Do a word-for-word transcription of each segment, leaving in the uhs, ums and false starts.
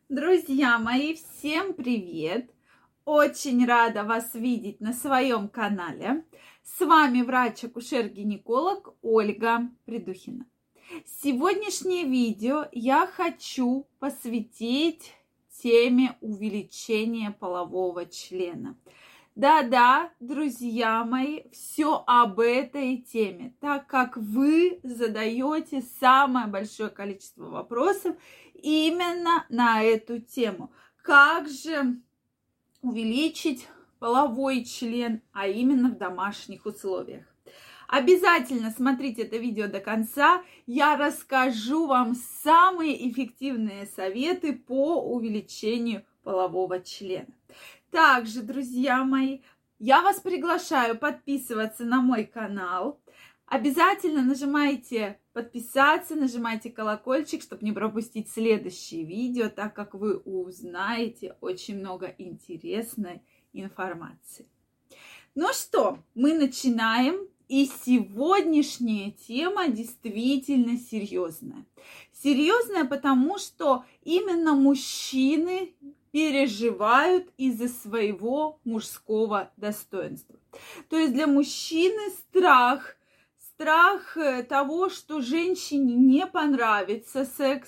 Друзья мои, всем привет! Очень рада вас видеть на своем канале. С вами врач-акушер-гинеколог Ольга Придухина. Сегодняшнее видео я хочу посвятить теме увеличения полового члена. Да-да, друзья мои, все об этой теме, так как вы задаете самое большое количество вопросов именно на эту тему. Как же увеличить половой член, а именно в домашних условиях? Обязательно смотрите это видео до конца. Я расскажу вам самые эффективные советы по увеличению полового члена. Также, друзья мои, я вас приглашаю подписываться на мой канал. Обязательно нажимайте подписаться, нажимайте колокольчик, чтобы не пропустить следующие видео, так как вы узнаете очень много интересной информации. Ну что, мы начинаем. И сегодняшняя тема действительно серьезная. Серьезная, потому что именно мужчины переживают из-за своего мужского достоинства. То есть для мужчины страх, страх того, что женщине не понравится секс.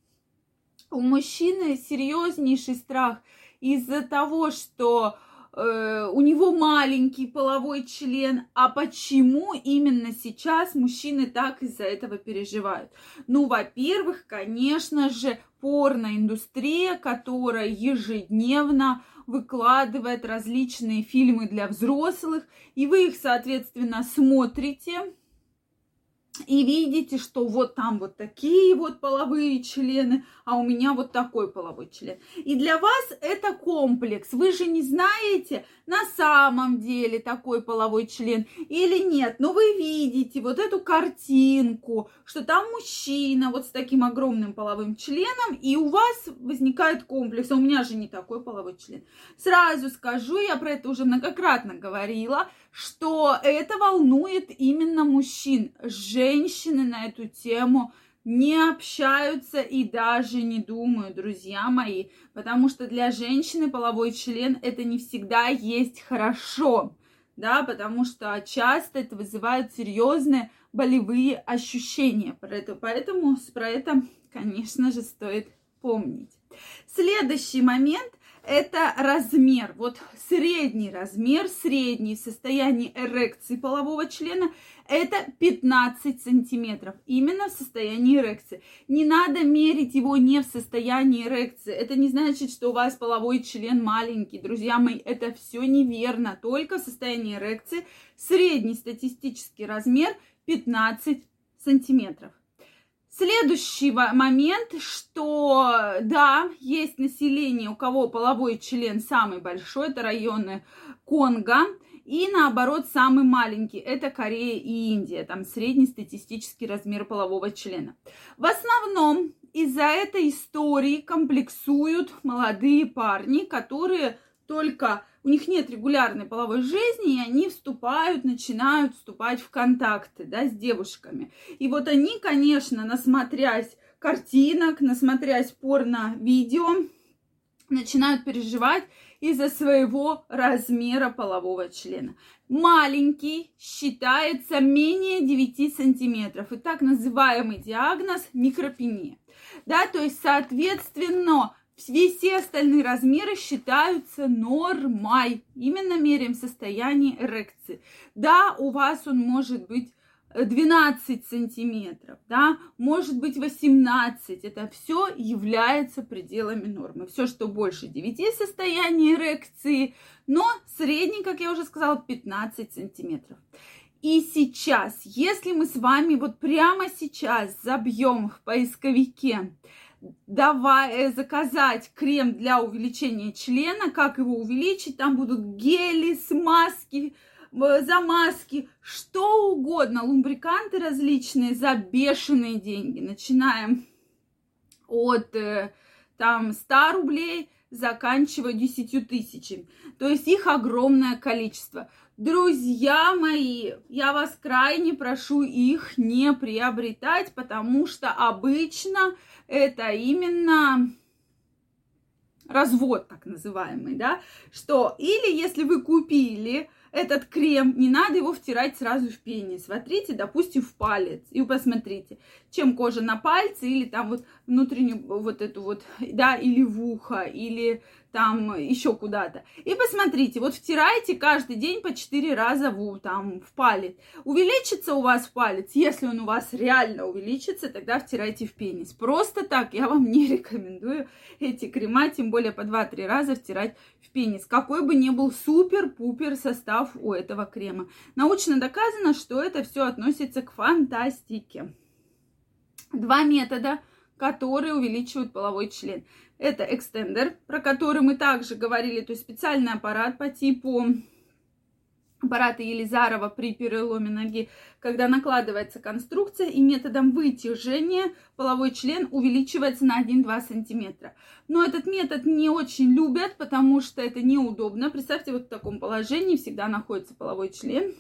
У мужчины серьезнейший страх из-за того, что у него маленький половой член. А почему именно сейчас мужчины так из-за этого переживают? Ну, во-первых, конечно же, порноиндустрия, которая ежедневно выкладывает различные фильмы для взрослых, и вы их, соответственно, смотрите и видите, что вот там вот такие вот половые члены, а у меня вот такой половой член. И для вас это комплекс. Вы же не знаете, на самом деле такой половой член или нет. Но вы видите вот эту картинку, что там мужчина вот с таким огромным половым членом, и у вас возникает комплекс. А у меня же не такой половой член. Сразу скажу, я про это уже многократно говорила, что это волнует именно мужчин. Женщины на эту тему не общаются и даже не думают, друзья мои, потому что для женщины половой член это не всегда есть хорошо, да, потому что часто это вызывает серьезные болевые ощущения, поэтому про это, конечно же, стоит помнить. Следующий момент – это размер. Вот средний размер, средний в состоянии эрекции полового члена – это пятнадцать сантиметров. Именно в состоянии эрекции. Не надо мерить его не в состоянии эрекции. Это не значит, что у вас половой член маленький. Друзья мои, это все неверно. Только в состоянии эрекции средний статистический размер пятнадцать сантиметров. Следующий момент, что да, есть население, у кого половой член самый большой, это районы Конго, и наоборот самый маленький, это Корея и Индия, там среднестатистический размер полового члена. В основном из-за этой истории комплексуют молодые парни, которые только... У них нет регулярной половой жизни, и они вступают, начинают вступать в контакты, да, с девушками. И вот они, конечно, насмотрясь картинок, насмотрясь порно-видео, начинают переживать из-за своего размера полового члена. Маленький считается менее девяти сантиметров. И так называемый диагноз микропения. Да, то есть, соответственно, все остальные размеры считаются нормой. Именно меряем состояние эрекции. Да, у вас он может быть двенадцать сантиметров, да, может быть восемнадцать. Это все является пределами нормы. Все, что больше девяти состояний эрекции, но средний, как я уже сказала, пятнадцать сантиметров. И сейчас, если мы с вами вот прямо сейчас забьем в поисковике давай заказать крем для увеличения члена, как его увеличить, там будут гели, смазки, замазки, что угодно, лумбриканты различные за бешеные деньги, начинаем от там ста рублей, заканчивая десятью тысячами, то есть их огромное количество. Друзья мои, я вас крайне прошу их не приобретать, потому что обычно это именно развод так называемый, да, что или если вы купили этот крем, не надо его втирать сразу в пенис. Смотрите, допустим, в палец. И вы посмотрите, чем кожа на пальце, или там вот внутреннюю вот эту вот, да, или в ухо, или там еще куда-то. И посмотрите, вот втирайте каждый день по четыре раза в, там, в палец. Увеличится у вас палец? Если он у вас реально увеличится, тогда втирайте в пенис. Просто так я вам не рекомендую эти крема, тем более по два-три раза втирать в пенис. Какой бы ни был супер-пупер состав у этого крема. Научно доказано, что это все относится к фантастике. Два метода, которые увеличивают половой член. Это экстендер, про который мы также говорили, то есть специальный аппарат по типу аппарата Елизарова при переломе ноги, когда накладывается конструкция и методом вытяжения половой член увеличивается на один-два сантиметра. Но этот метод не очень любят, потому что это неудобно. Представьте, вот в таком положении всегда находится половой член.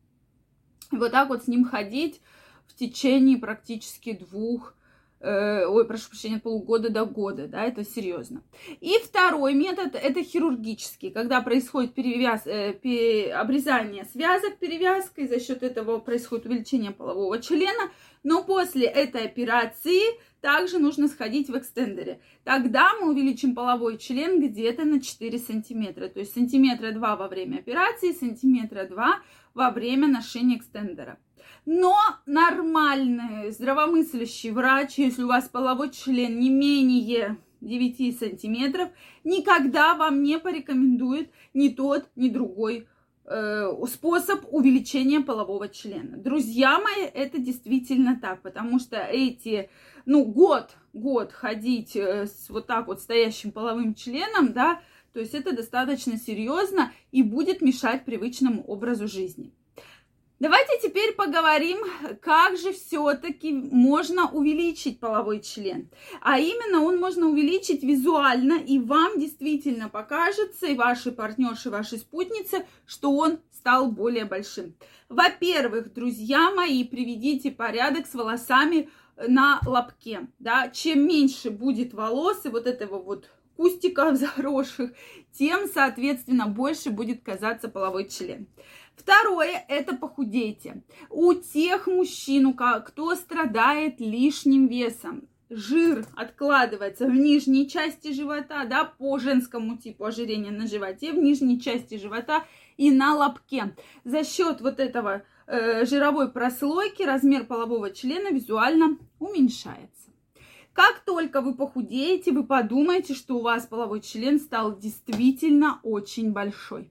И вот так вот с ним ходить в течение практически двух ой, прошу прощения, от полугода до года, да, это серьезно. И второй метод, это хирургический, когда происходит перевяз, э, пере, обрезание связок перевязкой, за счет этого происходит увеличение полового члена, но после этой операции также нужно сходить в экстендере. Тогда мы увеличим половой член где-то на четыре сантиметра, то есть сантиметра два во время операции, сантиметра два во время ношения экстендера. Но нормальный, здравомыслящий врач, если у вас половой член не менее девяти сантиметров, никогда вам не порекомендует ни тот, ни другой э, способ увеличения полового члена. Друзья мои, это действительно так, потому что эти, ну, год, год ходить с вот так вот стоящим половым членом, да, то есть это достаточно серьезно и будет мешать привычному образу жизни. Давайте теперь поговорим, как же все-таки можно увеличить половой член. А именно он можно увеличить визуально, и вам действительно покажется, и вашей партнерше, вашей спутнице, что он стал более большим. Во-первых, друзья мои, приведите порядок с волосами на лобке. Да? Чем меньше будет волос и вот этого вот кустиков заросших, тем, соответственно, больше будет казаться половой член. Второе, это похудейте. У тех мужчин, кто страдает лишним весом, жир откладывается в нижней части живота, да, по женскому типу ожирения на животе, в нижней части живота и на лобке. За счет вот этого э, жировой прослойки размер полового члена визуально уменьшается. Как только вы похудеете, вы подумаете, что у вас половой член стал действительно очень большой.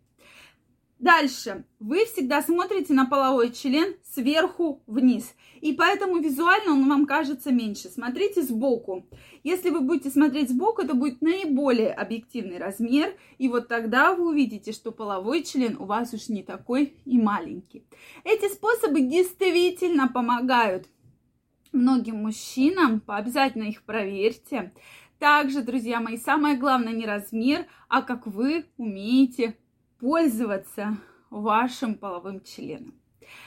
Дальше. Вы всегда смотрите на половой член сверху вниз. И поэтому визуально он вам кажется меньше. Смотрите сбоку. Если вы будете смотреть сбоку, это будет наиболее объективный размер. И вот тогда вы увидите, что половой член у вас уж не такой и маленький. Эти способы действительно помогают многим мужчинам. Обязательно их проверьте. Также, друзья мои, самое главное не размер, а как вы умеете пользоваться вашим половым членом.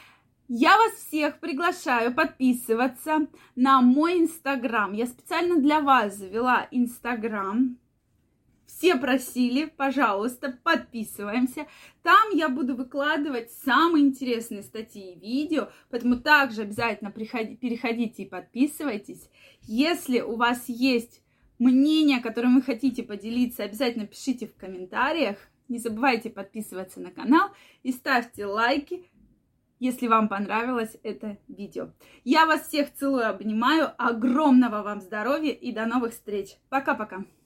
Я вас всех приглашаю подписываться на мой инстаграм. Я специально для вас завела инстаграм. Все просили, пожалуйста, подписываемся. Там я буду выкладывать самые интересные статьи и видео, поэтому также обязательно переходите и подписывайтесь. Если у вас есть мнение, которым вы хотите поделиться, обязательно пишите в комментариях. Не забывайте подписываться на канал и ставьте лайки, если вам понравилось это видео. Я вас всех целую, обнимаю. Огромного вам здоровья и до новых встреч. Пока-пока.